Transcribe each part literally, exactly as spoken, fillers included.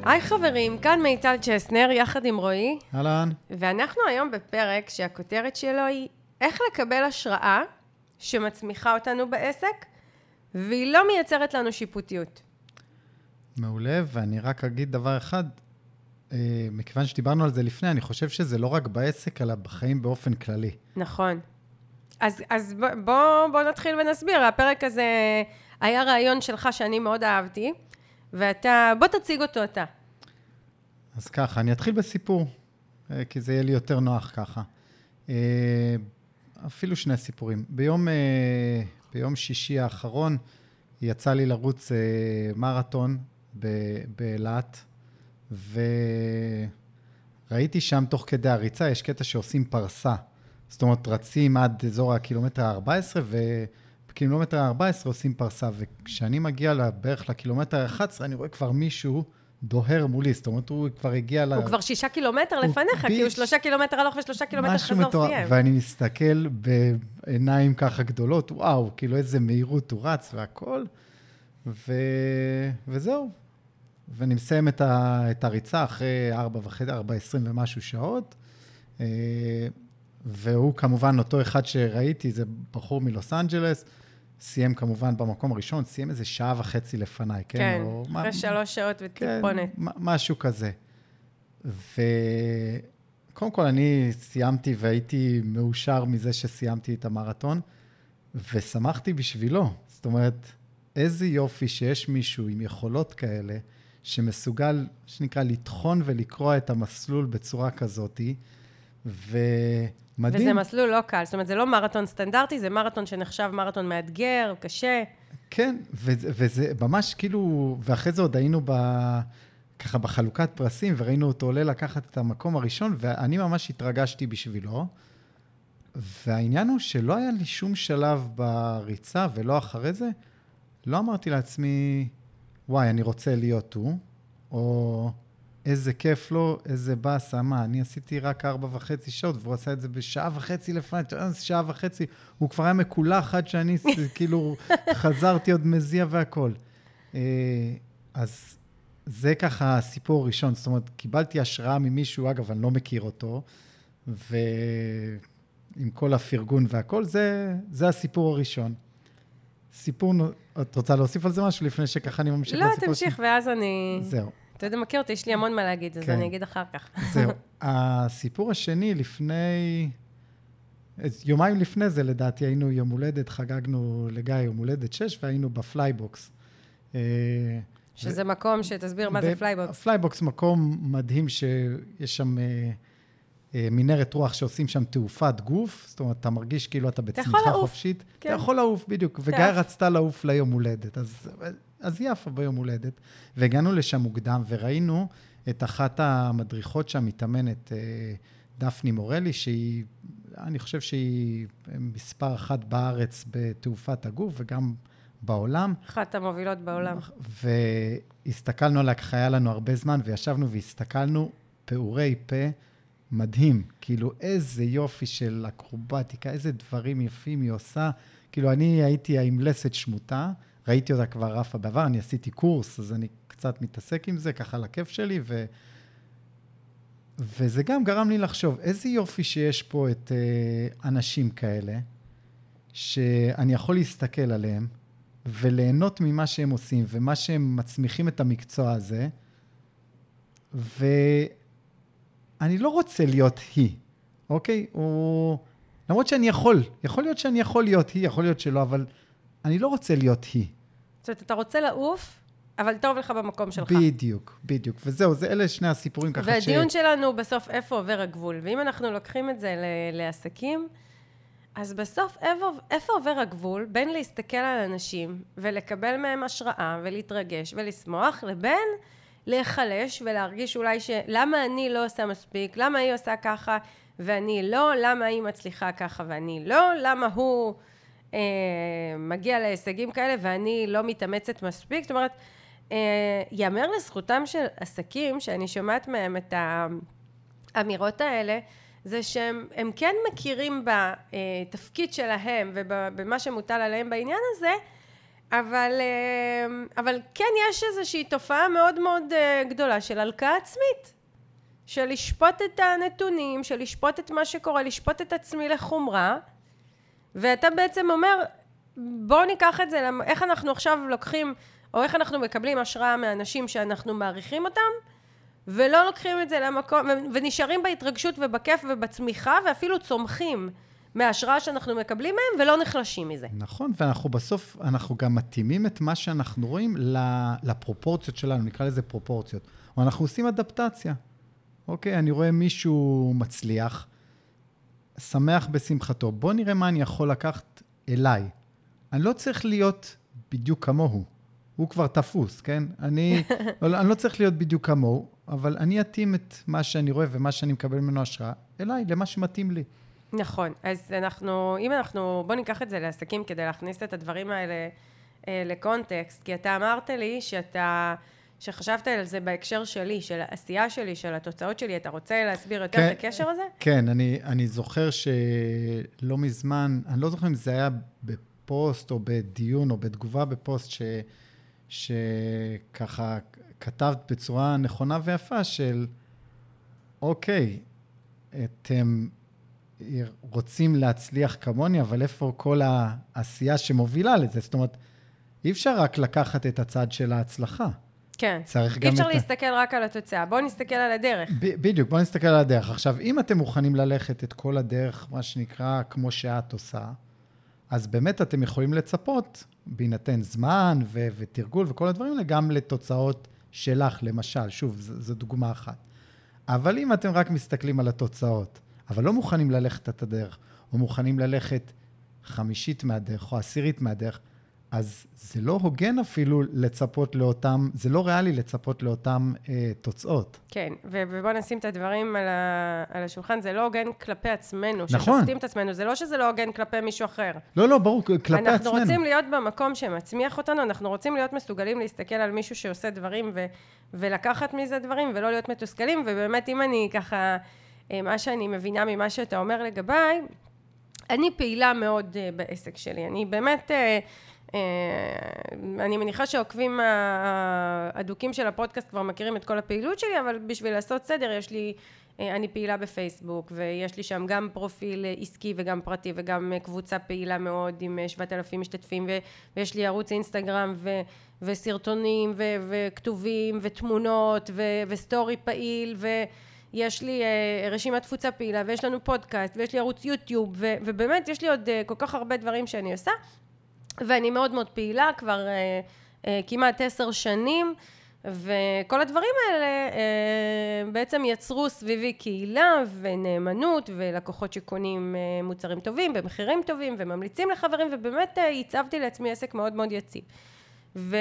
היי חברים, כאן מיטל צ'סנר יחד עם רועי. אהלן. ואנחנו היום בפרק שהכותרת שלו היא איך לקבל השראה שמצמיחה אותנו בעסק, והיא לא מייצרת לנו שיפוטיות. מעולה, ואני רק אגיד דבר אחד, מכיוון שדיברנו על זה לפני, אני חושב שזה לא רק בעסק, אלא בחיים באופן כללי. נכון. אז, אז בוא, בוא נתחיל ונסביר. הפרק הזה היה רעיון שלך שאני מאוד אהבתי, ואתה, בוא תציג אותו אתה. אז ככה, אני אתחיל בסיפור, כי זה יהיה לי יותר נוח ככה. אפילו שני סיפורים. ביום, ביום שישי האחרון, יצא לי לרוץ מרתון באילת, וראיתי שם תוך כדי הריצה, יש קטע שעושים פרסה. זאת אומרת, רצים עד אזור הקילומטר ה-ארבע עשרה, ובקילומטר ה-ארבע עשרה עושים פרסה, וכשאני מגיע בערך לקילומטר ה-אחד עשר, אני רואה כבר מישהו דוהר מולי, זאת אומרת, הוא כבר הגיע ל... הוא כבר שישה קילומטר לפניך, כי הוא שלושה קילומטר הלוך ושלושה קילומטר חזור סיים. ואני מסתכל בעיניים ככה גדולות, וואו, כאילו איזה מהירות הוא רץ והכל, ו... וזהו. ואני מסיים את, ה... את הריצה אחרי ארבע וחצי, ארבע עשרים ומשהו שעות, והוא כמובן אותו אחד שראיתי, זה בחור מלוס אנג'לס, סיים כמובן במקום הראשון, סיים איזה שעה וחצי לפניי, כן? כן, או, אחרי מה, שלוש שעות וטיפונת. כן, משהו כזה. וקודם כל אני סיימתי והייתי מאושר מזה שסיימתי את המרתון, ושמחתי בשבילו. זאת אומרת, איזה יופי שיש מישהו עם יכולות כאלה, שמסוגל, שנקרא, לתחון ולקרוא את המסלול בצורה כזאת, ומדהים. וזה מסלול לא קל, זאת אומרת, זה לא מרתון סטנדרטי, זה מרתון שנחשב מרתון מאתגר, קשה. כן, וזה, וזה ממש כאילו, ואחרי זה עוד היינו ב, ככה בחלוקת פרסים, וראינו אותו עולה לקחת את המקום הראשון, ואני ממש התרגשתי בשבילו, והעניין הוא שלא היה לי שום שלב בריצה, ולא אחרי זה, לא אמרתי לעצמי, וואי, אני רוצה להיות הוא, או איזה כיף לו, איזה באסה, מה, אני עשיתי רק ארבע וחצי שעות, והוא עשה את זה בשעה וחצי לפני, שעה וחצי, הוא כבר היה מקולח עד שאני כאילו חזרתי עוד מזיע והכל. אז זה ככה הסיפור הראשון, זאת אומרת, קיבלתי השראה ממישהו, אגב, אני לא מכיר אותו, ועם כל הפרגון והכל, זה, זה הסיפור הראשון. סיפור, את רוצה להוסיף על זה משהו לפני שככה אני ממשיך לא, לסיפור? לא, תמשיך, ואז אני... זהו. אתה יודע, מכיר אותי, יש לי המון מה להגיד, אז כן. אני אגיד אחר כך. זהו. הסיפור השני, לפני... יומיים לפני זה, לדעתי, היינו יום הולדת, חגגנו לגיא יום הולדת שש, והיינו בפלייבוקס. שזה ו... מקום שתסביר מה ב... זה פלייבוקס. פלייבוקס, מקום מדהים שיש שם... מנהרת רוח שעושים שם תעופת גוף, זאת אומרת, אתה מרגיש כאילו אתה בצמיחה חופשית. כן. אתה יכול לעוף, בדיוק. וגיא רצתה לעוף ליום הולדת, אז, אז היא יפה ביום הולדת. והגענו לשם מוקדם, וראינו את אחת המדריכות שם, מתאמנת דפני מורלי, שהיא, אני חושב שהיא מספר אחת בארץ בתעופת הגוף, וגם בעולם. אחת המובילות בעולם. והסתכלנו עליה, ככה היה לנו הרבה זמן, וישבנו והסתכלנו פעורי פה, מדהים, כאילו איזה יופי של אקרובטיקה, איזה דברים יפים היא עושה, כאילו אני הייתי האמלסת שמותה, ראיתי אותה כבר רפה בעבר, אני עשיתי קורס, אז אני קצת מתעסק עם זה, ככה לכיף שלי, ו... וזה גם גרם לי לחשוב, איזה יופי שיש פה את uh, אנשים כאלה, שאני יכול להסתכל עליהם, וליהנות ממה שהם עושים, ומה שהם מצמיחים את המקצוע הזה, ו... אני לא רוצה להיות היא, אוקיי? או... למרות שאני יכול, יכול להיות שאני יכול להיות היא, יכול להיות שלא, אבל אני לא רוצה להיות היא. זאת אומרת, אתה רוצה לעוף, אבל טוב לך במקום שלך. בדיוק, בדיוק. וזהו, זה אלה שני הסיפורים ככה ש... והדיון שלנו בסוף איפה עובר הגבול. ואם אנחנו לוקחים את זה ל- לעסקים, אז בסוף איפה, איפה עובר הגבול בין להסתכל על אנשים ולקבל מהם השראה ולהתרגש ולשמוח, לבין להיחלש ולהרגיש אולי ש... למה אני לא עושה מספיק, למה היא עושה ככה ואני לא, למה היא מצליחה ככה ואני לא, למה הוא אה, מגיע להישגים כאלה ואני לא מתאמצת מספיק. זאת אומרת, אה, יאמר לזכותם של עסקים, שאני שומעת מהם את האמירות האלה, זה שהם הם כן מכירים בתפקיד שלהם ובמה שמוטל עליהם בעניין הזה, אבל, אבל כן יש איזושהי תופעה מאוד מאוד גדולה של הלקאה עצמית, של לשפוט את הנתונים, של לשפוט את מה שקורה, לשפוט את עצמי לחומרה, ואתה בעצם אומר, בואו ניקח את זה, איך אנחנו עכשיו לוקחים, או איך אנחנו מקבלים השראה מאנשים שאנחנו מעריכים אותם, ולא לוקחים את זה למקום, ונשארים בהתרגשות ובכיף ובצמיחה, ואפילו צומחים מההשראה שאנחנו מקבלים מהם, ולא נחלשים מזה. נכון, ואנחנו בסוף, אנחנו גם מתאימים את מה שאנחנו רואים לפרופורציות שלנו, נקרא לזה פרופורציות, או אנחנו עושים אדפטציה. אוקיי, אני רואה מישהו מצליח, שמח בשמחתו, בוא נראה מה אני יכול לקחת אליי. אני לא צריך להיות בדיוק כמוהו, הוא כבר תפוס, כן? אני, אני לא צריך להיות בדיוק כמוהו, אבל אני אתאים את מה שאני רואה ומה שאני מקבל ממנו השראה, אליי, למה שמתאים לי. נכון, אז אנחנו, אם אנחנו, בוא ניקח את זה לעסקים כדי להכניס את הדברים האלה אה, לקונטקסט, כי אתה אמרת לי שאתה, שחשבת על זה בהקשר שלי, של העשייה שלי, של התוצאות שלי, אתה רוצה להסביר יותר כן, את הקשר הזה? כן, אני, אני זוכר שלא מזמן, אני לא זוכר אם זה היה בפוסט או בדיון או בתגובה בפוסט ש, שככה כתבת בצורה נכונה ויפה של, אוקיי, אתם רוצים להצליח כמוני, אבל איפה כל העשייה שמובילה לזה? זאת אומרת, אי אפשר רק לקחת את הצד של ההצלחה. כן, אי אפשר להסתכל רק על התוצאה, בואו נסתכל על הדרך. בדיוק, בואו נסתכל על הדרך. עכשיו, אם אתם מוכנים ללכת את כל הדרך, מה שנקרא, כמו שאת עושה, אז באמת אתם יכולים לצפות, בהינתן זמן ו- ותרגול וכל הדברים האלה, גם לתוצאות שלך, למשל. שוב, ז- זו דוגמה אחת. אבל אם אתם רק מסתכלים על התוצאות, אבל לא מוכנים ללכת את הדרך, או מוכנים ללכת חמישית מהדרך, או עשירית מהדרך, אז זה לא הוגן אפילו לצפות לאותם, זה לא ריאלי לצפות לאותם אה, תוצאות. כן, ו- ובוא נשים את הדברים על, ה- על השולחן, זה לא הוגן כלפי עצמנו, נכון. ששופטים את עצמנו, זה לא שזה לא הוגן כלפי מישהו אחר. לא, לא, ברור, כלפי אנחנו עצמנו. אנחנו רוצים להיות במקום שמצמיח אותנו, אנחנו רוצים להיות מסוגלים להסתכל על מישהו שעושה דברים, ו- ולקחת מזה דברים, ולא להיות מתוסכלים, ובאמת אם אני ככה, מה שאני מבינה ממה שאתה אומר לגביי, אני פעילה מאוד uh, בעסק שלי, אני באמת... Uh, אני מניחה שעוקבים הדוקים של הפודקאסט כבר מכירים את כל הפעילות שלי, אבל בשביל לעשות סדר יש לי, אני פעילה בפייסבוק, ויש לי שם גם פרופיל עסקי וגם פרטי, וגם קבוצה פעילה מאוד עם שבעת אלפים משתתפים, ויש לי ערוץ אינסטגרם ו- וסרטונים ו- וכתובים ותמונות ו- וסטורי פעיל, ויש לי רשימת תפוצה פעילה, ויש לנו פודקאסט, ויש לי ערוץ יוטיוב, ו- ובאמת יש לי עוד כל כך הרבה דברים שאני עושה, ואני מאוד מאוד פעילה, כבר אה, אה, כמעט עשר שנים, וכל הדברים האלה אה, בעצם יצרו סביבי קהילה ונאמנות, ולקוחות שקונים אה, מוצרים טובים, במחירים טובים, וממליצים לחברים, ובאמת אה, ייצבתי לעצמי עסק מאוד מאוד יציב. ו...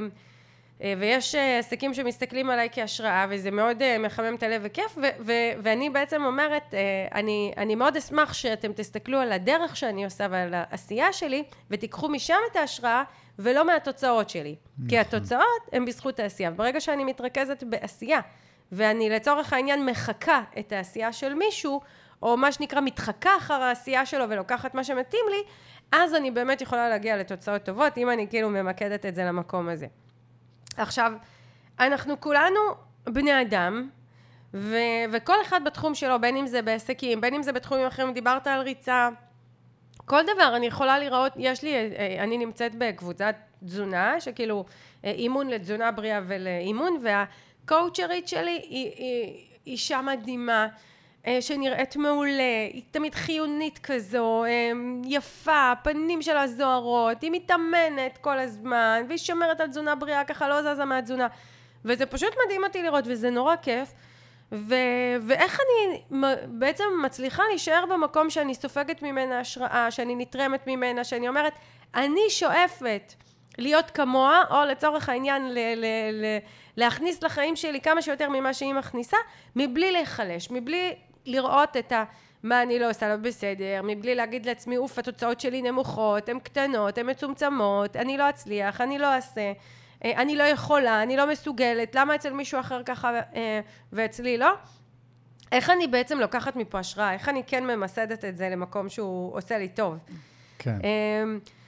ויש עסקים שמסתכלים עליי כהשראה, וזה מאוד מחמם את הלב וכיף, ו- ו- ואני בעצם אומרת, אני, אני מאוד אשמח שאתם תסתכלו על הדרך שאני עושה ועל העשייה שלי, ותיקחו משם את ההשראה, ולא מהתוצאות שלי. נכון. כי התוצאות הן בזכות העשייה. ברגע שאני מתרכזת בעשייה, ואני לצורך העניין מחכה את העשייה של מישהו, או מה שנקרא מתחכה אחר העשייה שלו ולוקחת מה שמתאים לי, אז אני באמת יכולה להגיע לתוצאות טובות, אם אני כאילו ממקדת את זה למקום הזה. עכשיו, אנחנו כולנו בני אדם, ו- וכל אחד בתחום שלו, בין אם זה בעסקים, בין אם זה בתחומים אחרים, דיברת על ריצה, כל דבר אני יכולה לראות, יש לי, אני נמצאת בקבוצת תזונה, שכאילו אימון לתזונה בריאה ולאימון, והקואוצ'רית שלי היא, היא אישה מדהימה, שנראית מעולה, היא תמיד חיונית כזו, יפה, פנים שלה זוהרות, היא מתאמנת כל הזמן, והיא שומרת על תזונה בריאה, ככה לא זזה מהתזונה, וזה פשוט מדהים אותי לראות, וזה נורא כיף, ו... ואיך אני בעצם מצליחה להישאר במקום שאני סופגת ממנה השראה, שאני נתרמת ממנה, שאני אומרת, אני שואפת להיות כמוה, או לצורך העניין ל... ל... ל... להכניס לחיים שלי כמה שיותר ממה שהיא מכניסה, מבלי להיחלש, מבלי לראות את ה... מה אני לא עושה לא בסדר, מבלי להגיד לעצמי, אוף, התוצאות שלי נמוכות, הן קטנות, הן מצומצמות, אני לא אצליח, אני לא אעשה, אני לא יכולה, אני לא מסוגלת, למה אצל מישהו אחר ככה ואצלי לא? איך אני בעצם לוקחת מפה השראה? איך אני כן ממסדת את זה למקום שהוא עושה לי טוב? כן.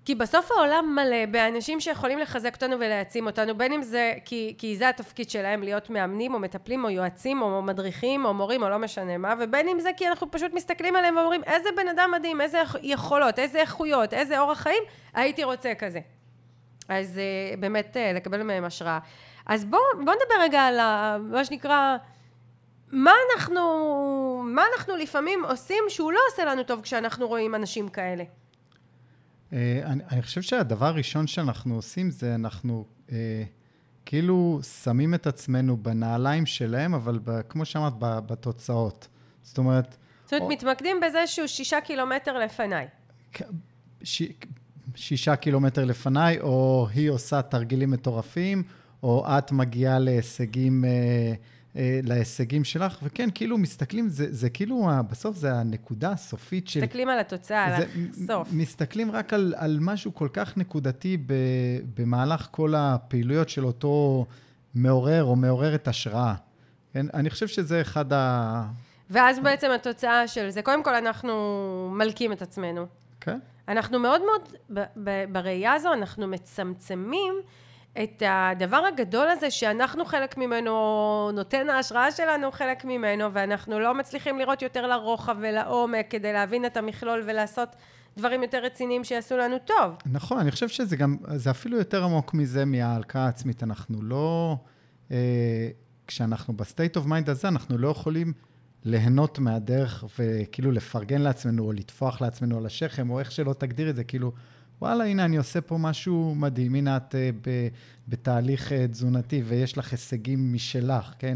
כי בסוף העולם מלא באנשים שיכולים לחזק אותנו ולהעצים אותנו, בין אם זה, כי, כי זה התפקיד שלהם להיות מאמנים או מטפלים או יועצים או מדריכים או מורים או לא משנה מה, ובין אם זה כי אנחנו פשוט מסתכלים עליהם ואומרים איזה בן אדם מדהים, איזה יכולות, איזה איכויות, איזה אורח חיים, הייתי רוצה כזה. אז באמת לקבל מהם השראה. אז בואו בוא נדבר רגע על מה שנקרא, מה אנחנו, מה אנחנו לפעמים עושים שהוא לא עושה לנו טוב כשאנחנו רואים אנשים כאלה. אני, אני חושב שהדבר הראשון שאנחנו עושים זה אנחנו אה, כאילו שמים את עצמנו בנעליים שלהם, אבל ב, כמו שאמרת, ב, בתוצאות. זאת אומרת... זאת אומרת, או... מתמקדים בזה שהוא שישה קילומטר לפניי. ש... שישה קילומטר לפניי, או היא עושה תרגילים מטורפים, או את מגיעה להישגים... אה, להישגים שלך, וכן, כאילו מסתכלים, זה, זה כאילו, בסוף זה הנקודה הסופית של... מסתכלים על התוצאה, על הסוף. מסתכלים רק על, על משהו כל כך נקודתי ב, במהלך כל הפעילויות של אותו מעורר או מעוררת השראה. כן? אני חושב שזה אחד ה... ואז בעצם התוצאה של זה, קודם כל אנחנו מלכים את עצמנו. כן. אנחנו מאוד מאוד, ב, ב, בראייה הזו, אנחנו מצמצמים את הדבר הגדול הזה שאנחנו חלק ממנו, נותן ההשראה שלנו חלק ממנו, ואנחנו לא מצליחים לראות יותר לרוחב ולעומק כדי להבין את המכלול ולעשות דברים יותר רציניים שיעשו לנו טוב. נכון, אני חושב שזה גם, זה אפילו יותר עמוק מזה מההלקאה העצמית. אנחנו לא, אה, כשאנחנו בסטייט אוף מיינד הזה, אנחנו לא יכולים ליהנות מהדרך וכאילו לפרגן לעצמנו או לטפוח לעצמנו על השכם, או איך שלא תגדיר את זה, כאילו, וואלה, הנה, אני עושה פה משהו מדהים, הנה את ב, בתהליך תזונתי, ויש לך הישגים משלך, כן?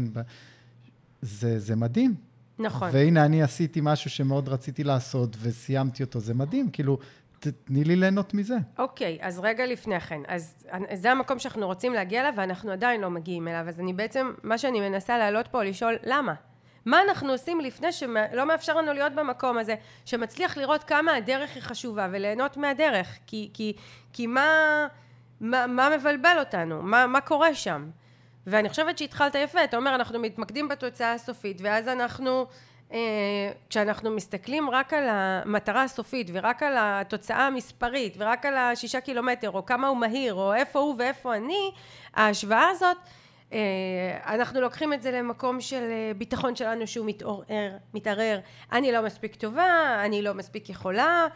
זה, זה מדהים. נכון. והנה, אני עשיתי משהו שמאוד רציתי לעשות, וסיימתי אותו, זה מדהים, כאילו, תני לי ליהנות מזה. אוקיי, אז רגע לפני כן, אז זה המקום שאנחנו רוצים להגיע אליו, ואנחנו עדיין לא מגיעים אליו, אז אני בעצם, מה שאני מנסה להעלות פה, לשאול, למה? מה אנחנו עושים לפני שלא מאפשר לנו להיות במקום הזה, שמצליח לראות כמה הדרך היא חשובה וליהנות מהדרך, כי, כי, כי מה, מה, מה מבלבל אותנו, מה, מה קורה שם? ואני חושבת שהתחלת יפה, אתה אומר, אנחנו מתמקדים בתוצאה הסופית, ואז אנחנו, אה, כשאנחנו מסתכלים רק על המטרה הסופית, ורק על התוצאה המספרית, ורק על השישה קילומטר, או כמה הוא מהיר, או איפה הוא ואיפה אני, ההשוואה הזאת, אנחנו לוקחים את זה למקום של ביטחון שלנו שהוא מתעורר, מתערער. אני לא מספיק טובה, אני לא מספיק יכולה.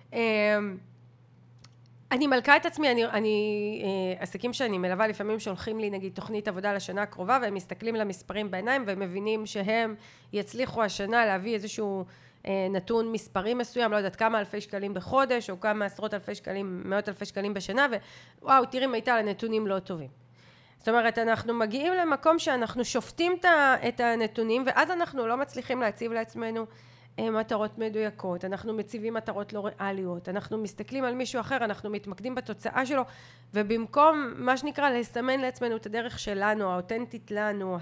אני מלכה את עצמי, אני, אני, עסקים שאני מלווה לפעמים שהולכים לי נגיד תוכנית עבודה לשנה הקרובה, והם מסתכלים למספרים בעיניים והם מבינים שהם יצליחו השנה להביא איזשהו נתון מספרי מסוים, לא יודעת כמה אלפי שקלים בחודש, או כמה עשרות אלפי שקלים, מאות אלפי שקלים בשנה, ווואו, תראי מה הייתה לנתונים לא טובים. זאת אומרת, אנחנו מגיעים למקום שאנחנו שופטים את הנתונים, ואז אנחנו לא מצליחים להציב לעצמנו מטרות מדויקות, אנחנו מציבים מטרות לא ריאליות, אנחנו מסתכלים על מישהו אחר, אנחנו מתמקדים בתוצאה שלו, ובמקום מה שנקרא לסמן לעצמנו את הדרך שלנו, האותנטית לנו,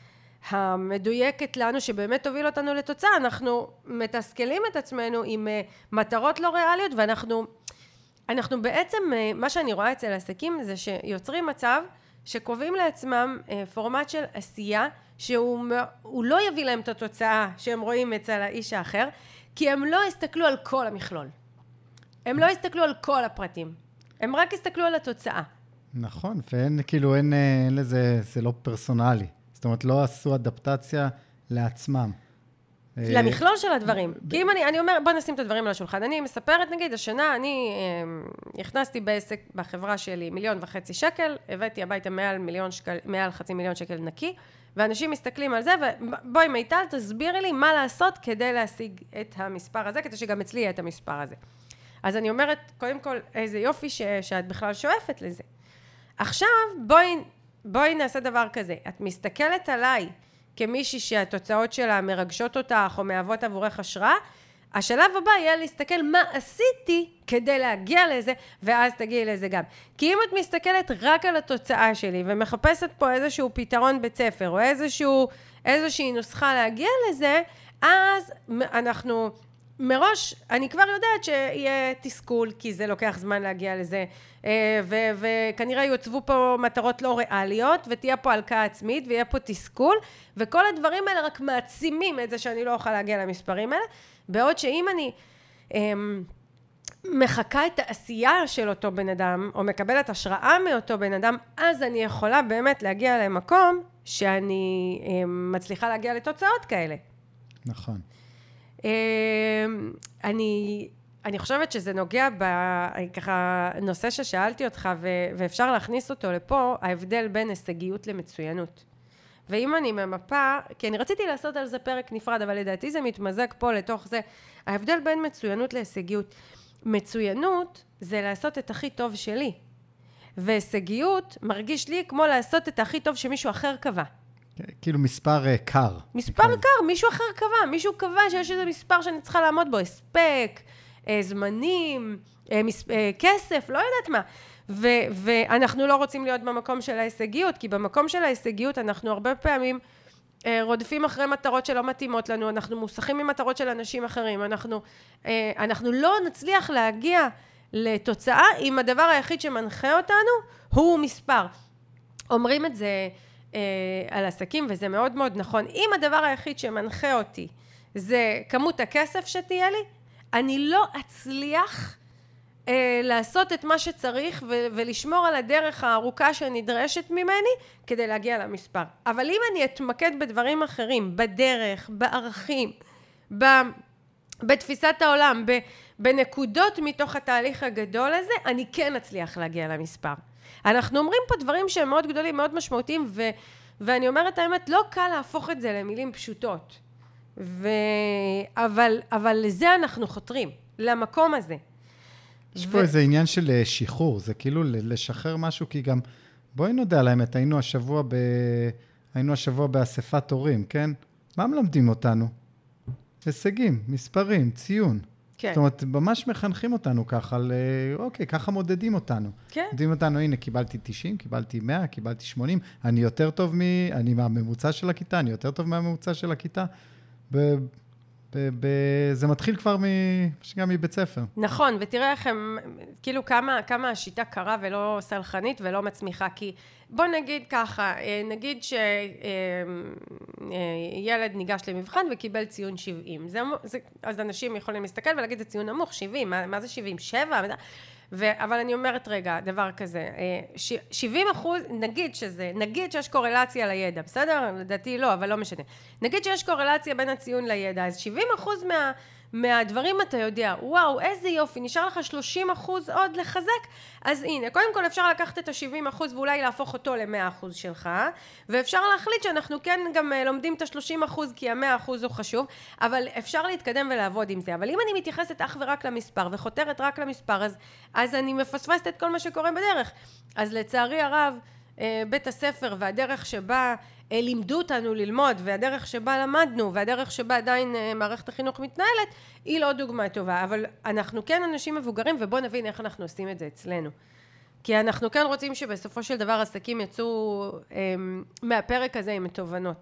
המדויקת לנו, שבאמת תוביל אותנו לתוצאה, אנחנו מתסכלים את עצמנו עם מטרות לא ריאליות, ואנחנו אנחנו בעצם, מה שאני רואה אצל עסקים זה שיוצרים מצב שקובעים לעצמם פורמט של עשייה, שהוא לא יביא להם את התוצאה שהם רואים אצל האיש האחר, כי הם לא הסתכלו על כל המכלול. הם לא הסתכלו על כל הפרטים. הם רק הסתכלו על התוצאה. נכון, ואין, כאילו, אין, אין לזה, זה לא פרסונלי. זאת אומרת, לא עשו אדפטציה לעצמם. למכלול של הדברים. ב- כי אם אני, אני אומר, בוא נשים את הדברים על השולחן. אני מספרת, נגיד, השנה אני אה, הכנסתי בעסק בחברה שלי מיליון וחצי שקל, הבאתי הביתה מעל מיליון שקל, מעל חצי מיליון שקל נקי, ואנשים מסתכלים על זה, ובואי מיטל, תסבירי לי מה לעשות כדי להשיג את המספר הזה, כדי שגם אצלי יהיה את המספר הזה. אז אני אומרת, קודם כל, איזה יופי ש, שאת בכלל שואפת לזה. עכשיו, בואי, בואי נעשה דבר כזה. את מסתכלת עליי, כמישהי שהתוצאות שלה מרגשות אותך או מהוות עבורך השראה, השלב הבא יהיה להסתכל מה עשיתי כדי להגיע לזה, ואז תגיעי לזה גם. כי אם את מסתכלת רק על התוצאה שלי, ומחפשת פה איזשהו פתרון בית ספר, או איזשהו, איזושהי נוסחה להגיע לזה, אז אנחנו, מראש, אני כבר יודעת שיהיה תסכול, כי זה לוקח זמן להגיע לזה, ו- וכנראה יוצבו פה מטרות לא ריאליות, ותהיה פה הלקאה עצמית, ויהיה פה תסכול, וכל הדברים האלה רק מעצימים את זה שאני לא אוכל להגיע למספרים האלה, בעוד שאם אני מחכה את העשייה של אותו בן אדם, או מקבלת השראה מאותו בן אדם, אז אני יכולה באמת להגיע למקום שאני מצליחה להגיע לתוצאות כאלה. נכון. אני, אני חושבת שזה נוגע בככה נושא ששאלתי אותך, ואפשר להכניס אותו לפה, ההבדל בין הישגיות למצוינות. ואם אני ממפה, כי אני רציתי לעשות על זה פרק נפרד, אבל לדעתי זה מתמזג פה לתוך זה, ההבדל בין מצוינות להישגיות. מצוינות זה לעשות את הכי טוב שלי, והישגיות מרגיש לי כמו לעשות את הכי טוב שמישהו אחר קבע. כאילו מספר קר. מספר קר, מישהו אחר קבע, מישהו קבע שיש איזה מספר שאני צריכה לעמוד בו, הספק, זמנים, כסף, לא יודעת מה. ו- ואנחנו לא רוצים להיות במקום של ההישגיות, כי במקום של ההישגיות אנחנו הרבה פעמים רודפים אחרי מטרות שלא מתאימות לנו, אנחנו מוסכים ממטרות של אנשים אחרים, אנחנו, אנחנו לא נצליח להגיע לתוצאה אם הדבר היחיד שמנחה אותנו הוא מספר. אומרים את זה על עסקים וזה מאוד מאוד נכון. אם הדבר היחיד שמנחה אותי זה כמות הכסף שתהיה לי, אני לא אצליח לעשות את מה שצריך ולשמור על הדרך הארוכה שנדרשת ממני כדי להגיע למספר. אבל אם אני אתמקד בדברים אחרים, בדרך, בערכים, בתפיסת העולם, בנקודות מתוך התהליך הגדול הזה, אני כן אצליח להגיע למספר. אנחנו אומרים פה דברים שהם מאוד גדולים, מאוד משמעותיים, ו- ואני אומרת האמת, לא קל להפוך את זה למילים פשוטות. ו- אבל, אבל לזה אנחנו חותרים, למקום הזה. יש פה איזה עניין של שחרור, זה כאילו לשחרר משהו, כי גם, בואי נודע על האמת, היינו השבוע, ב... היינו השבוע באספת הורים, כן? מה מלמדים אותנו? הישגים, מספרים, ציון. כן. זאת אומרת, ממש מחנכים אותנו ככה, על, אוקיי, ככה מודדים אותנו. כן. מודדים אותנו, הנה, קיבלתי תשעים, קיבלתי מאה, קיבלתי שמונים, אני יותר טוב מ... אני מהממוצע של הכיתה, אני יותר טוב מהממוצע של הכיתה. ב... ב- ב- זה מתחיל כבר גם מבית ספר. נכון, ותראה איך הם, כאילו כמה, כמה השיטה קרה ולא סלחנית ולא מצמיחה, כי בוא נגיד ככה, נגיד שילד ניגש למבחן וקיבל ציון שבעים, זה, זה, אז אנשים יכולים להסתכל ולהגיד זה ציון נמוך, שבעים, מה, מה זה שבעים? שבע? ו- אבל אני אומרת רגע, דבר כזה, ש- שבעים אחוז, נגיד שזה, נגיד שיש קורלציה לידע, בסדר? לדעתי לא, אבל לא משנה. נגיד שיש קורלציה בין הציון לידע, אז שבעים אחוז מה, מהדברים אתה יודע, וואו, איזה יופי, נשאר לך שלושים אחוז עוד לחזק, אז הנה, קודם כל אפשר לקחת את ה-שבעים אחוז ואולי להפוך אותו ל-מאה אחוז שלך, ואפשר להחליט שאנחנו כן גם לומדים את ה-שלושים אחוז, כי ה-מאה אחוז הוא חשוב, אבל אפשר להתקדם ולעבוד עם זה. אבל אם אני מתייחסת אך ורק למספר, וחותרת רק למספר, אז, אז אני מפספסת את כל מה שקורה בדרך. אז לצערי הרב, בית הספר והדרך שבה לימדו אותנו ללמוד, והדרך שבה למדנו, והדרך שבה עדיין מערכת החינוך מתנהלת, היא לא דוגמה טובה. אבל אנחנו כן אנשים מבוגרים, ובואו נבין איך אנחנו עושים את זה אצלנו. כי אנחנו כן רוצים שבסופו של דבר עסקים יצאו מהפרק הזה עם תובנות.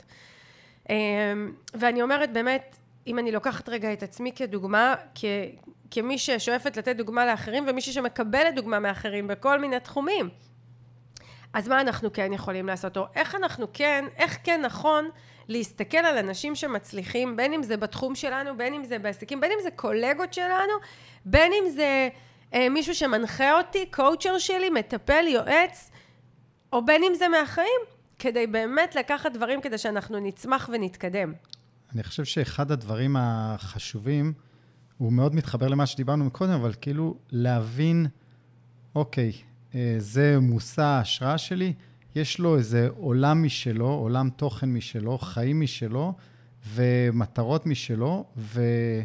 ואני אומרת באמת, אם אני לוקחת רגע את עצמי כדוגמה, כ... כמי ששואפת לתת דוגמה לאחרים, ומישהי שמקבלת דוגמה מאחרים בכל מיני תחומים, אז מה אנחנו כן יכולים לעשות? או איך אנחנו כן, איך כן נכון להסתכל על אנשים שמצליחים, בין אם זה בתחום שלנו, בין אם זה בעסקים, בין אם זה קולגות שלנו, בין אם זה אה, מישהו שמנחה אותי, קואוצ'ר שלי, מטפל, יועץ, או בין אם זה מהחיים, כדי באמת לקחת דברים כדי שאנחנו נצמח ונתקדם. אני חושב שאחד הדברים החשובים, הוא מאוד מתחבר למה שדיברנו מקודם, אבל כאילו להבין, אוקיי, זה מושא ההשראה שלי, יש לו איזה עולם משלו, עולם תוכן משלו, חיים משלו, ומטרות משלו, ו...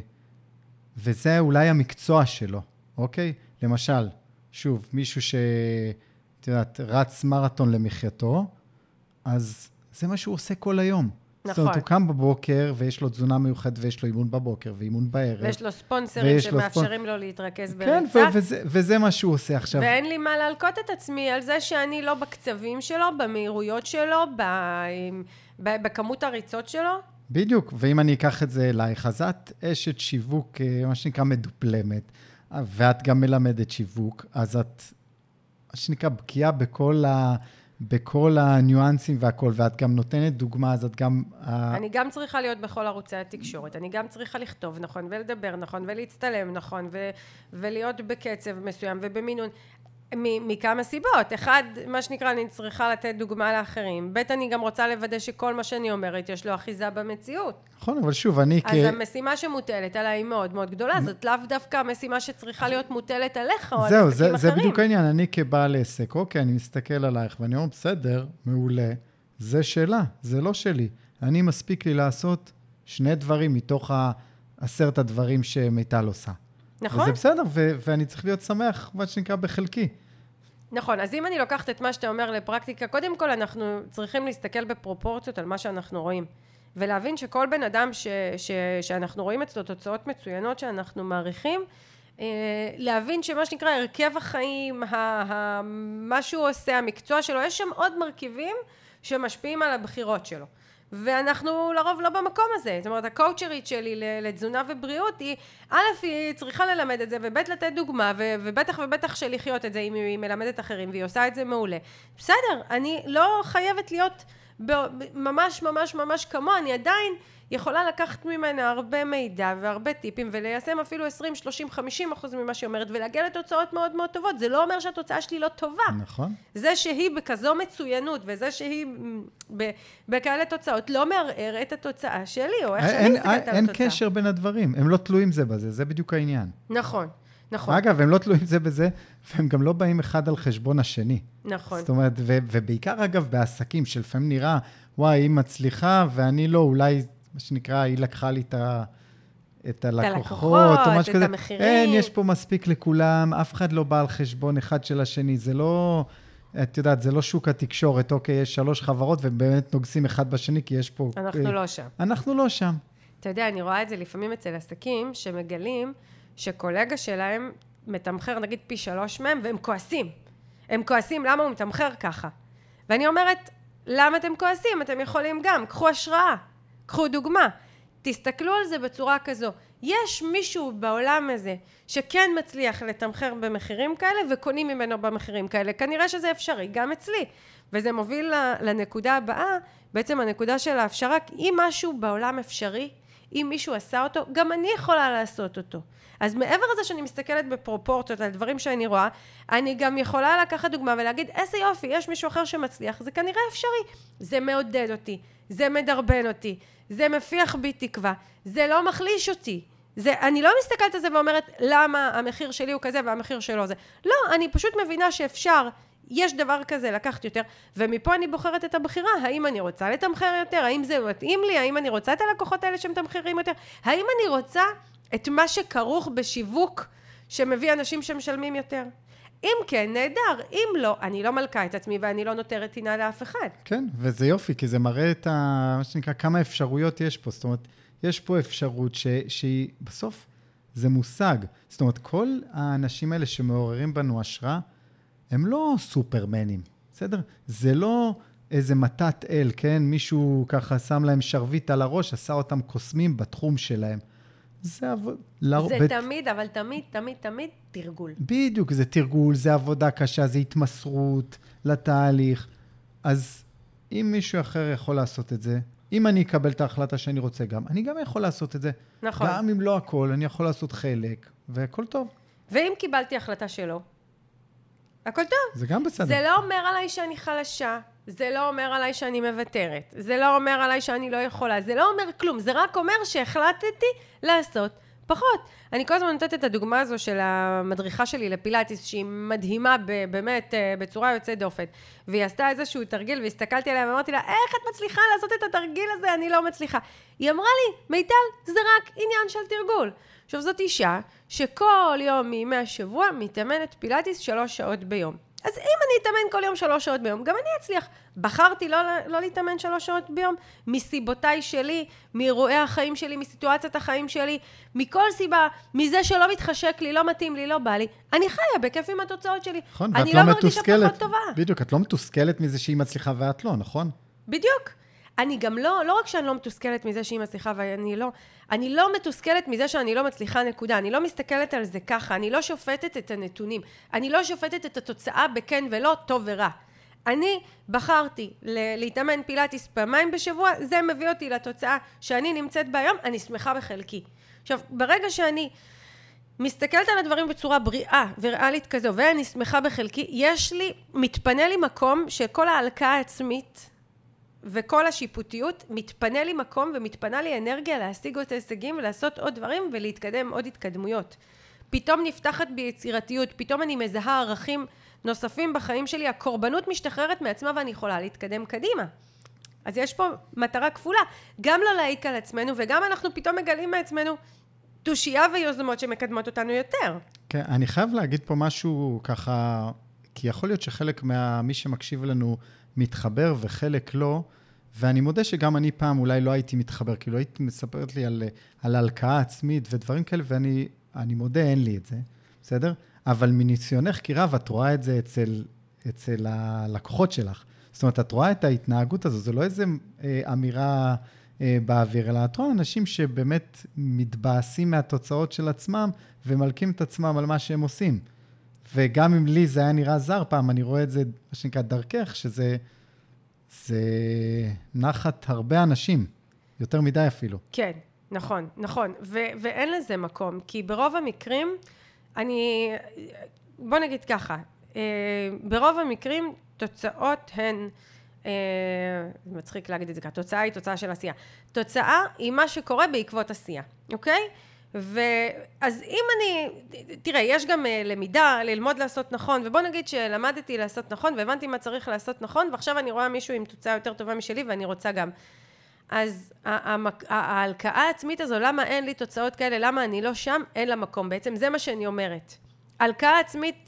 וזה אולי המקצוע שלו, אוקיי? למשל, שוב, מישהו ש... את יודעת, רץ מרתון למחייתו, אז זה מה שהוא עושה כל היום. נכון. זאת אומרת, הוא קם בבוקר, ויש לו תזונה מיוחדת, ויש לו אימון בבוקר, ואימון בערב. ויש לו ספונסרים שמאפשרים לו, ספונ... לו להתרכז בריצה. כן, וזה, וזה מה שהוא עושה עכשיו. ואין לי מה להלקות את עצמי על זה שאני לא בקצבים שלו, במהירויות שלו, ב... ב... בכמות הריצות שלו. בדיוק, ואם אני אקח את זה אלייך, אז את אשת שיווק, מה שנקרא מדופלמת, ואת גם מלמדת שיווק, אז את, מה שנקרא, בקיאה בכל ה... בכל הניואנסים והכל, ואת גם נותנת דוגמה, אז את גם... אני גם צריכה להיות בכל ערוצי התקשורת, אני גם צריכה לכתוב נכון, ולדבר נכון, ולהצטלם נכון, ו- ולהיות בקצב מסוים ובמינון. מכמה סיבות. אחד, מה שנקרא, אני צריכה לתת דוגמה לאחרים. ב', אני גם רוצה לוודא שכל מה שאני אומרת, יש לו אחיזה במציאות. נכון, אבל שוב, אני אז כ... אז המשימה שמוטלת עליי היא מאוד מאוד גדולה, זאת לאו דווקא המשימה שצריכה להיות מוטלת עליך או על עסקים אחרים. זהו, זה בדיוק העניין. אני כבעל עסק, אוקיי, אני מסתכל עלייך, ואני אומר, בסדר, מעולה, זה שלה, זה לא שלי. אני מספיק לי לעשות שני דברים מתוך עשרת הדברים שמיטל עושה. נכון. וזה בסדר, ו- ואני צריך להיות שמח, מה שנקרא, בחלקי. נכון, אז אם אני לוקחת את מה שאתה אומר לפרקטיקה, קודם כל אנחנו צריכים להסתכל בפרופורציות על מה שאנחנו רואים, ולהבין שכל בן אדם ש- ש- שאנחנו רואים אצלו תוצאות מצוינות שאנחנו מעריכים, אה, להבין שמה שנקרא הרכב החיים, ה- ה- מה שהוא עושה, המקצוע שלו, יש שם עוד מרכיבים שמשפיעים על הבחירות שלו. ואנחנו לרוב לא במקום הזה. זאת אומרת, הקואוצ'רית שלי לתזונה ובריאות היא, א', היא צריכה ללמד את זה, וב', לתת דוגמה, ובטח ובטח שלחיות את זה אם היא מלמדת אחרים, והיא עושה את זה מעולה. בסדר, אני לא חייבת להיות ממש ממש ממש כמוה, אני עדיין יכולה לקחת ממנה הרבה מידע והרבה טיפים, וליישם אפילו עשרים, שלושים, חמישים אחוז ממה שהיא אומרת, ולהגיע לתוצאות מאוד מאוד טובות. זה לא אומר שהתוצאה שלי לא טובה. נכון. זה שהיא בכזו מצוינות, וזה שהיא בכאלה תוצאות, לא מערער את התוצאה שלי, או איך שאני מסתכלת על התוצאה. אין קשר בין הדברים, הם לא תלויים זה בזה, זה בדיוק העניין. נכון, נכון. אגב, הם לא תלויים זה בזה, והם גם לא באים אחד על חשבון השני. נכון. זאת אומרת, ו- ובעיקר אגב בעסקים, שלפעמים נראה, וואי, היא מצליחה, ואני לא, אולי... מה שנקרא, היא לקחה לי את, ה, את הלקוחות, את או משהו כזה. את המחירים. אין, יש פה מספיק לכולם, אף אחד לא בא על חשבון אחד של השני, זה לא, את יודעת, זה לא שוק התקשורת, אוקיי, יש שלוש חברות, ובאמת נוגסים אחד בשני, כי יש פה... אנחנו אה, לא שם. אנחנו לא שם. אתה יודע, אני רואה את זה לפעמים אצל עסקים, שמגלים שקולגה שלהם מתמחר, נגיד, פי שלוש מהם, והם כועסים. הם כועסים, למה הוא מתמחר ככה? ואני אומרת, למה אתם כועסים? אתם יכולים גם, קחו השראה. קחו דוגמה, תסתכלו על זה בצורה כזו. יש מישהו בעולם הזה שכן מצליח לתמחר במחירים כאלה וקונים ממנו במחירים כאלה. כנראה שזה אפשרי, גם אצלי. וזה מוביל לנקודה הבאה, בעצם הנקודה של ההפשרה, אם משהו בעולם אפשרי, אם מישהו עשה אותו, גם אני יכולה לעשות אותו. אז מעבר לזה שאני מסתכלת בפרופורציות על דברים שאני רואה, אני גם יכולה לקחת דוגמה ולהגיד, איזה יופי, יש מישהו אחר שמצליח, זה כנראה אפשרי. זה מעודד אותי, זה מדרבן אותי, זה מפיח בי תקווה, זה לא מחליש אותי. זה, אני לא מסתכלת על זה ואומרת, למה המחיר שלי הוא כזה והמחיר שלו זה. לא, אני פשוט מבינה שאפשר, יש דבר כזה לקחת יותר, ומפה אני בוחרת את הבחירה, האם אני רוצה לתמחר יותר, האם זה מתאים לי, האם אני רוצה את הלקוחות האלה שמתמחרים יותר, האם אני רוצה את מה שכרוך בשיווק שמביא אנשים שמשלמים יותר. אם כן, נהדר, אם לא, אני לא מלכה את עצמי ואני לא נותרת טינה לאף אחד. כן, וזה יופי, כי זה מראה את ה... מה שנקרא, כמה אפשרויות יש פה. זאת אומרת, יש פה אפשרות ש... שהיא, בסוף, זה מושג. זאת אומרת, כל האנשים האלה שמעוררים בנו השראה, הם לא סופרמנים, בסדר? זה לא איזה מתת אל, כן? מישהו ככה שם להם שרביט על הראש, עשה אותם קוסמים בתחום שלהם. זה עבוד... זה בת... תמיד, אבל תמיד, תמיד, תמיד תרגול. בדיוק, זה תרגול, זה עבודה קשה, זה התמסרות לתהליך. אז אם מישהו אחר יכול לעשות את זה, אם אני אקבל את ההחלטה שאני רוצה גם, אני גם יכול לעשות את זה. נכון. גם אם לא הכל, אני יכול לעשות חלק, והכל טוב. ואם קיבלתי החלטה שלא, הכל טוב. זה גם בסדר. זה לא אומר עליי שאני חלשה, זה לא אומר עליי שאני מוותרת, זה לא אומר עליי שאני לא יכולה, זה לא אומר כלום, זה רק אומר שהחלטתי לעשות פחות. אני כל הזמן נותנת את הדוגמה הזו של המדריכה שלי לפילאטיס, שהיא מדהימה באמת בצורה יוצאת דופן, והיא עשתה איזשהו תרגיל, והסתכלתי עליה ואמרתי לה, איך את מצליחה לעשות את התרגיל הזה? אני לא מצליחה. היא אמרה לי, מיטל, זה רק עניין של תרגול. עכשיו, זאת אישה שכל יום מימי השבוע מתאמנת פילאטיס שלוש שעות ביום. אז אם אני אתאמן כל יום שלוש שעות ביום, גם אני אצליח. בחרתי לא, לא להתאמן שלוש שעות ביום, מסיבותיי שלי, מאירועי החיים שלי, מסיטואציית החיים שלי, מכל סיבה, מזה שלא מתחשק לי, לא מתאים לי, לא בא לי. אני חיה בכיף עם התוצאות שלי. נכון, אני ואת לא לא מרגישה פחות טובה. בדיוק, את לא מתוסכלת מזה שהיא מצליחה ואת לא, נכון? בדיוק. אני גם לא, לא רק שאני לא מתוסכלת מזה שהיא מצליחה ואני לא, אני לא מתוסכלת מזה שאני לא מצליחה נקודה, אני לא מסתכלת על זה ככה, אני לא שופטת את הנתונים, אני לא שופטת את התוצאה בכן ולא טוב ורע. אני בחרתי להתאמן פילאטיס פעמיים בשבוע, זה מביא אותי לתוצאה שאני נמצאת בה היום, אני שמחה בחלקי. עכשיו, ברגע שאני מסתכלת על הדברים בצורה בריאה וריאלית כזו, ואני שמחה בחלקי, יש לי, מתפנה לי מקום שכל ההלקאה העצמית וכל השיפוטיות, מתפנה לי מקום ומתפנה לי אנרגיה להשיג עוד הישגים ולעשות עוד דברים ולהתקדם עוד התקדמויות. פתאום נפתחת ביצירתיות, פתאום אני מזהה ערכים נוספים בחיים שלי, הקורבנות משתחררת מעצמה ואני יכולה להתקדם קדימה. אז יש פה מטרה כפולה, גם לא להעיק על עצמנו וגם אנחנו פתאום מגלים מעצמנו תושייה ויוזמות שמקדמות אותנו יותר. כן, אני חייב להגיד פה משהו ככה, כי יכול להיות שחלק ממי שמקשיב לנו מתחבר וחלק לא, ואני מודה שגם אני פעם אולי לא הייתי מתחבר, כאילו היית מספרת לי על, על הלקאה עצמית ודברים כאלה, ואני אני מודה, אין לי את זה, בסדר? אבל מניסיונך כרב, את רואה את זה אצל, אצל הלקוחות שלך. זאת אומרת, את רואה את ההתנהגות הזו, זה לא איזה אה, אמירה אה, באוויר, אלא את רואה אנשים שבאמת מתבאסים מהתוצאות של עצמם, ומלקים את עצמם על מה שהם עושים. וגם אם לי זה היה נראה זר פעם, אני רואה את זה, מה שנקרא, דרכך, שזה זה נחת הרבה אנשים, יותר מדי אפילו. כן, נכון, נכון. ו- ואין לזה מקום, כי ברוב המקרים, אני, בוא נגיד ככה, ברוב המקרים תוצאות הן, מצחיק להגיד את זה ככה, תוצאה היא תוצאה של עשייה. תוצאה היא מה שקורה בעקבות עשייה, אוקיי? ואז אם אני, תראה, יש גם למידה, ללמוד לעשות נכון, ובוא נגיד שלמדתי לעשות נכון, והבנתי מה צריך לעשות נכון, ועכשיו אני רואה מישהו עם תוצאה יותר טובה משלי, ואני רוצה גם. אז ההלקאה העצמית הזו, למה אין לי תוצאות כאלה, למה אני לא שם, אין לה מקום. בעצם זה מה שאני אומרת. הלקאה עצמית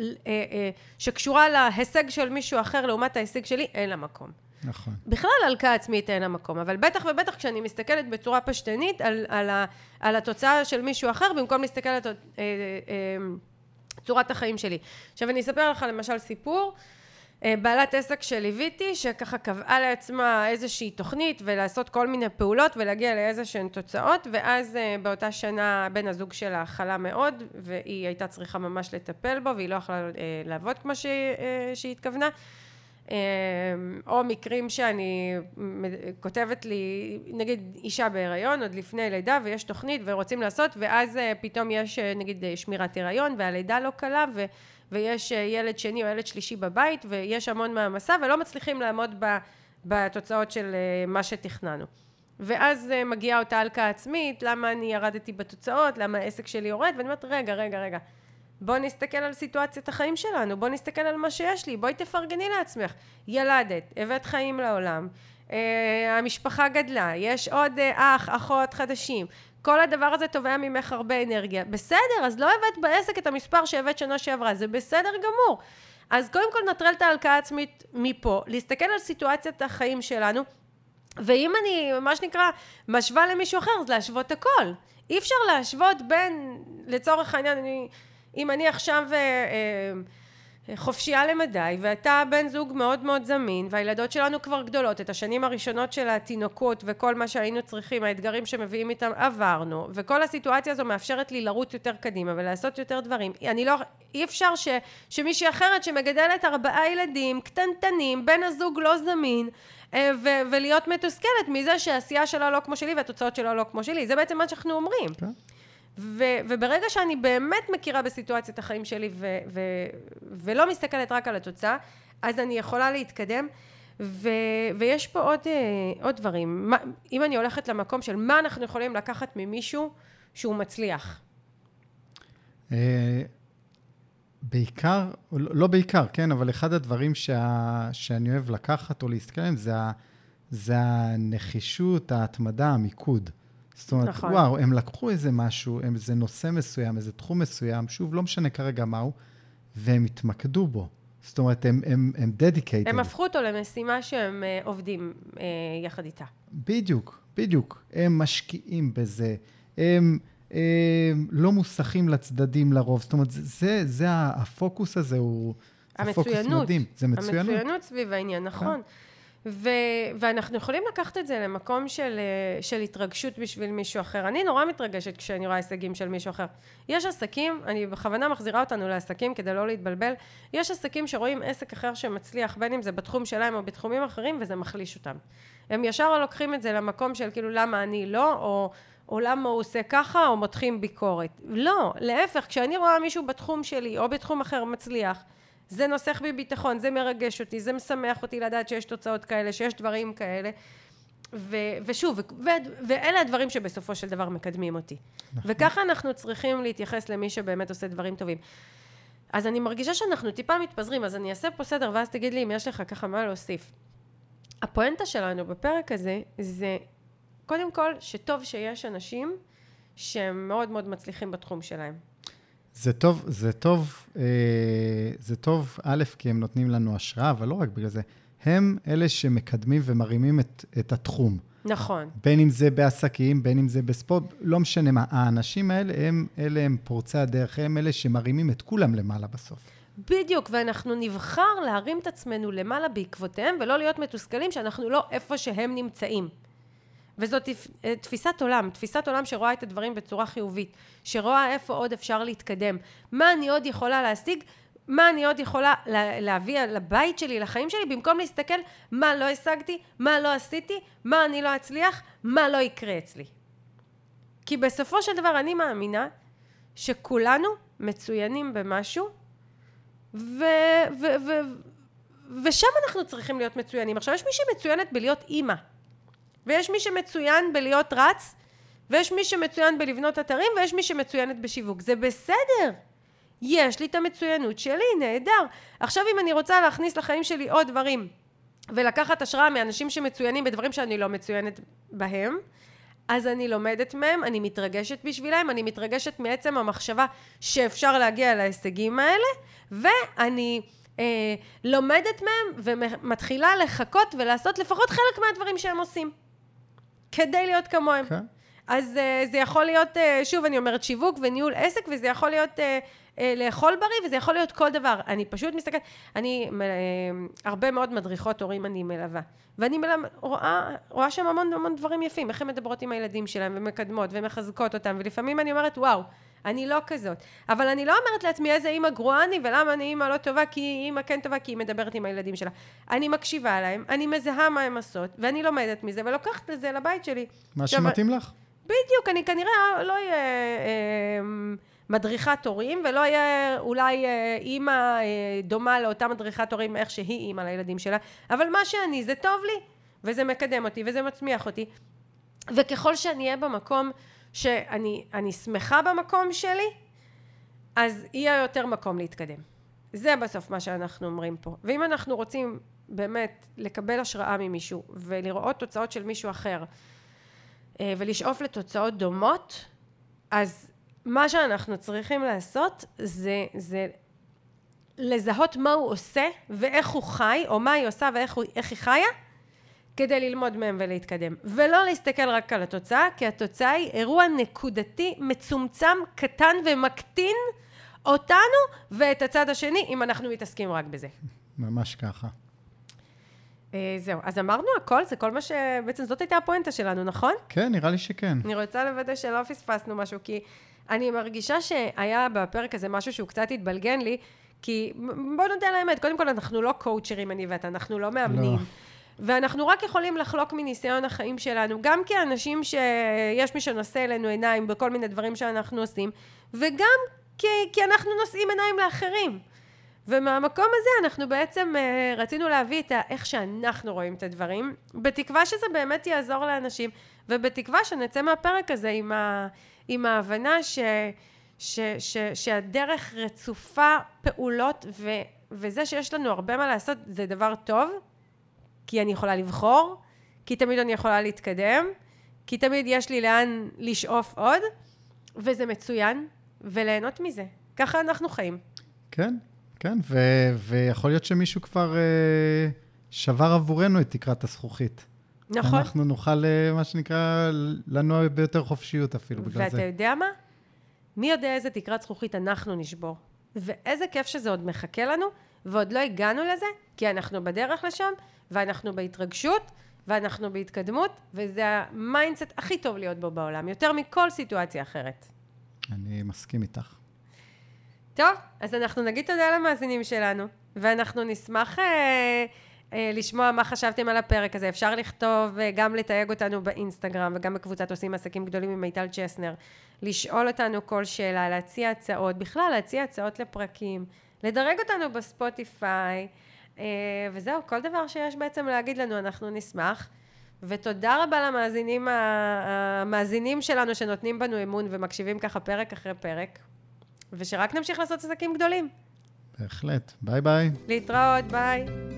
שקשורה להישג של מישהו אחר לעומת ההישג שלי, אין לה מקום. נכון. בכלל הלקאה עצמית אין לה מקום, אבל בטח ובטח כשאני מסתכלת בצורה פשטנית על, על, ה, על התוצאה של מישהו אחר, במקום להסתכל על צורת החיים שלי. עכשיו אני אספר לך למשל סיפור, בעלת עסק שליוויתי, שככה קבעה לעצמה איזושהי תוכנית ולעשות כל מיני פעולות ולהגיע לאיזשהן תוצאות, ואז באותה שנה בן הזוג שלה חלה מאוד, והיא הייתה צריכה ממש לטפל בו, והיא לא יכלה לעבוד כמו שהיא התכוונה. או מקרים שאני כותבת לי, נגיד אישה בהיריון, עוד לפני לידה, ויש תוכנית ורוצים לעשות, ואז פתאום יש נגיד שמירת הריון, והלידה לא קלה, ו... ויש ילד שני או ילד שלישי בבית, ויש המון מהמסע, ולא מצליחים לעמוד בתוצאות של מה שתכננו. ואז מגיעה אותה הלקאה עצמית, למה אני ירדתי בתוצאות, למה העסק שלי יורד, ואני אומרת, רגע, רגע, רגע, בוא נסתכל על סיטואציית החיים שלנו, בוא נסתכל על מה שיש לי, בואי תפרגני לעצמך. ילדת, הבאת חיים לעולם, המשפחה גדלה, יש עוד אח, אחות חדשים, כל הדבר הזה תובע ממך הרבה אנרגיה. בסדר, אז לא הבאת בעסק את המספר שהבאת שנה שעברה, זה בסדר גמור. אז קודם כל נטרל את ההלקאה העצמית מפה, להסתכל על סיטואציית החיים שלנו, ואם אני, מה שנקרא, משווה למישהו אחר, אז להשוות הכל. אי אפשר להשוות בין, לצורך העניין, אני, אם אני עכשיו אה, אה, חופשייה למדי, ואתה בן זוג מאוד מאוד זמין, והילדות שלנו כבר גדולות, את השנים הראשונות של התינוקות, וכל מה שהיינו צריכים, האתגרים שמביאים איתם, עברנו, וכל הסיטואציה הזו מאפשרת לי לרוץ יותר קדימה, ולעשות יותר דברים. אני לא, אי אפשר ש, שמישהי אחרת שמגדלת ארבעה ילדים, קטנטנים, בן הזוג לא זמין, ו- ולהיות מתוסכלת מזה שהעשייה שלה לא כמו שלי, והתוצאות שלה לא כמו שלי. זה בעצם מה שאנחנו אומרים. Okay. ו- וברגע שאני באמת מכירה בסיטואציית החיים שלי, ו- ו- ולא מסתכלת רק על התוצאה, אז אני יכולה להתקדם, ו- ויש פה עוד, עוד דברים. מה, אם אני הולכת למקום של מה אנחנו יכולים לקחת ממישהו שהוא מצליח. בעיקר, לא בעיקר, כן, אבל אחד הדברים שה, שאני אוהב לקחת או להסתכל עליהם, זה, זה הנחישות, ההתמדה, המיקוד. זאת אומרת, נכון. וואו, הם לקחו איזה משהו, איזה נושא מסוים, איזה תחום מסוים, שוב, לא משנה כרגע מהו, והם התמקדו בו. זאת אומרת, הם, הם, הם dedicated. הם הפכו אותו למשימה שהם uh, עובדים uh, יחד איתה. בדיוק, בדיוק. הם משקיעים בזה. הם... לא מוסכים לצדדים לרוב, זאת אומרת, זה, זה הפוקוס הזה, הוא פוקוס מדהים, זה מצוינות. המצוינות סביב העניין, נכון. ו- ואנחנו יכולים לקחת את זה למקום של, של התרגשות בשביל מישהו אחר. אני נורא מתרגשת כשאני רואה הישגים של מישהו אחר. יש עסקים, אני בכוונה מחזירה אותנו לעסקים כדי לא להתבלבל, יש עסקים שרואים עסק אחר שמצליח, בין אם זה בתחום שלהם או בתחומים אחרים, וזה מחליש אותם. הם ישר לוקחים את זה למקום של כאילו למה אני לא, או, או למה הוא עושה ככה, או מותחים ביקורת. לא, להפך, כשאני רואה מישהו בתחום שלי או בתחום אחר מצליח, זה נוסח בי ביטחון, זה מרגש אותי, זה משמח אותי לדעת שיש תוצאות כאלה, שיש דברים כאלה. ו- ושוב, ו- ו- ואלה הדברים שבסופו של דבר מקדמים אותי. נכון. וככה אנחנו צריכים להתייחס למי שבאמת עושה דברים טובים. אז אני מרגישה שאנחנו טיפה מתפזרים, אז אני אעשה פה סדר, ואז תגיד לי אם יש לך ככה מה להוסיף. הפואנטה שלנו בפרק הזה, זה קודם כל שטוב שיש אנשים שהם מאוד מאוד מצליחים בתחום שלהם. זה טוב, זה טוב, אה, זה טוב, א', כי הם נותנים לנו השראה, אבל לא רק בגלל זה. הם אלה שמקדמים ומרימים את, את התחום. נכון. בין אם זה בעסקים, בין אם זה בספורט, לא משנה מה. האנשים האלה, הם, אלה הם פורצי הדרך, הם אלה שמרימים את כולם למעלה בסוף. בדיוק, ואנחנו נבחר להרים את עצמנו למעלה בעקבותיהם, ולא להיות מתוסכלים שאנחנו לא איפה שהם נמצאים. וזאת תפיסת עולם, תפיסת עולם שרואה את הדברים בצורה חיובית, שרואה איפה עוד אפשר להתקדם, מה אני עוד יכולה להשיג, מה אני עוד יכולה להביא לבית שלי, לחיים שלי, במקום להסתכל מה לא השגתי, מה לא עשיתי, מה אני לא אצליח, מה לא יקרה אצלי. כי בסופו של דבר אני מאמינה שכולנו מצוינים במשהו, ו... ו... ו... ושם אנחנו צריכים להיות מצוינים. עכשיו, יש מי שמצוינת בלהיות אימא, ויש מי שמצוין בלהיות רץ, ויש מי שמצוין בלבנות אתרים, ויש מי שמצוינת בשיווק. זה בסדר. יש לי את המצוינות שלי, נהדר. עכשיו אם אני רוצה להכניס לחיים שלי עוד דברים, ולקחת השראה מאנשים שמצוינים בדברים שאני לא מצוינת בהם, אז אני לומדת מהם, אני מתרגשת בשבילם, אני מתרגשת מעצם המחשבה שאפשר להגיע להישגים האלה, ואני אה, לומדת מהם ומתחילה לחכות ולעשות לפחות חלק מהדברים שהם עושים. כדי להיות כמוהם. Okay. אז uh, זה יכול להיות, uh, שוב אני אומרת, שיווק וניהול עסק, וזה יכול להיות uh, uh, לאכול בריא, וזה יכול להיות כל דבר. אני פשוט מסתכלת, אני uh, הרבה מאוד מדריכות הורים אני מלווה, ואני מלווה, רואה, רואה שם המון המון דברים יפים, איך הן מדברות עם הילדים שלהם, ומקדמות, ומחזקות אותם, ולפעמים אני אומרת, וואו, אני לא כזאת. אבל אני לא אומרת לעצמי איזה אימא גרועה אני, ולמה אני אימא לא טובה, כי אימא כן טובה, כי היא מדברת עם הילדים שלה. אני מקשיבה להם, אני מזהה מה הם עושות, ואני לומדת מזה, ולוקחת לזה לבית שלי. מה שמתאים לך? בדיוק, אני כנראה לא אהיה אה, מדריכת הורים, ולא אהיה אולי אה, אימא אה, דומה לאותה מדריכת הורים, איך שהיא אימא לילדים שלה, אבל מה שאני, זה טוב לי, וזה מקדם אותי, וזה מצמיח אותי. וככל שאני אהיה במקום שאני אני שמחה במקום שלי, אז יהיה יותר מקום להתקדם. זה בסוף מה שאנחנו אומרים פה. ואם אנחנו רוצים באמת לקבל השראה ממישהו, ולראות תוצאות של מישהו אחר, ולשאוף לתוצאות דומות, אז מה שאנחנו צריכים לעשות זה, זה לזהות מה הוא עושה ואיך הוא חי, או מה היא עושה ואיך הוא, איך היא חיה, כדי ללמוד מהם ולהתקדם. ולא להסתכל רק על התוצאה, כי התוצאה היא אירוע נקודתי, מצומצם, קטן ומקטין אותנו ואת הצד השני, אם אנחנו מתעסקים רק בזה. ממש ככה. זהו, אז אמרנו הכל, זה כל מה ש... בעצם זאת הייתה הפואנטה שלנו, נכון? כן, נראה לי שכן. אני רוצה לוודא שלא פספסנו משהו, כי אני מרגישה שהיה בפרק הזה משהו שהוא קצת התבלגן לי, כי בוא נודה על האמת, קודם כל אנחנו לא קואוצ'רים אני ואתה, אנחנו לא מאמנים. לא. ואנחנו רק יכולים לחלוק מניסיון החיים שלנו, גם כאנשים שיש מי שנושא אלינו עיניים בכל מיני דברים שאנחנו עושים, וגם כי, כי אנחנו נושאים עיניים לאחרים. ומהמקום הזה אנחנו בעצם uh, רצינו להביא את איך שאנחנו רואים את הדברים, בתקווה שזה באמת יעזור לאנשים, ובתקווה שנצא מהפרק הזה עם, ה, עם ההבנה ש, ש, ש, שהדרך רצופה פעולות, ו, וזה שיש לנו הרבה מה לעשות זה דבר טוב, כי אני יכולה לבחור, כי תמיד אני יכולה להתקדם, כי תמיד יש לי לאן לשאוף עוד, וזה מצוין, וליהנות מזה. ככה אנחנו חיים. כן. כן, ו- ויכול להיות שמישהו כבר uh, שבר עבורנו את תקרת הזכוכית. נכון. אנחנו נוכל, uh, מה שנקרא, לנוע ביותר חופשיות אפילו בגלל ואתה זה. ואתה יודע מה? מי יודע איזה תקרת זכוכית אנחנו נשבור? ואיזה כיף שזה עוד מחכה לנו, ועוד לא הגענו לזה, כי אנחנו בדרך לשם, ואנחנו בהתרגשות, ואנחנו בהתקדמות, וזה המיינדסט הכי טוב להיות בו בעולם, יותר מכל סיטואציה אחרת. אני מסכים איתך. טוב, אז אנחנו נגיד תודה למאזינים שלנו, ואנחנו נשמח אה, אה, לשמוע מה חשבתם על הפרק הזה. אפשר לכתוב, אה, גם לתייג אותנו באינסטגרם, וגם בקבוצת עושים עסקים גדולים עם מיטל צ'סנר, לשאול אותנו כל שאלה, להציע הצעות, בכלל להציע הצעות לפרקים, לדרג אותנו בספוטיפיי, אה, וזהו, כל דבר שיש בעצם להגיד לנו, אנחנו נשמח. ותודה רבה למאזינים המאזינים שלנו שנותנים בנו אמון ומקשיבים ככה פרק אחרי פרק. ושרק נמשיך לעשות עסקים גדולים. בהחלט. ביי ביי. להתראות, ביי.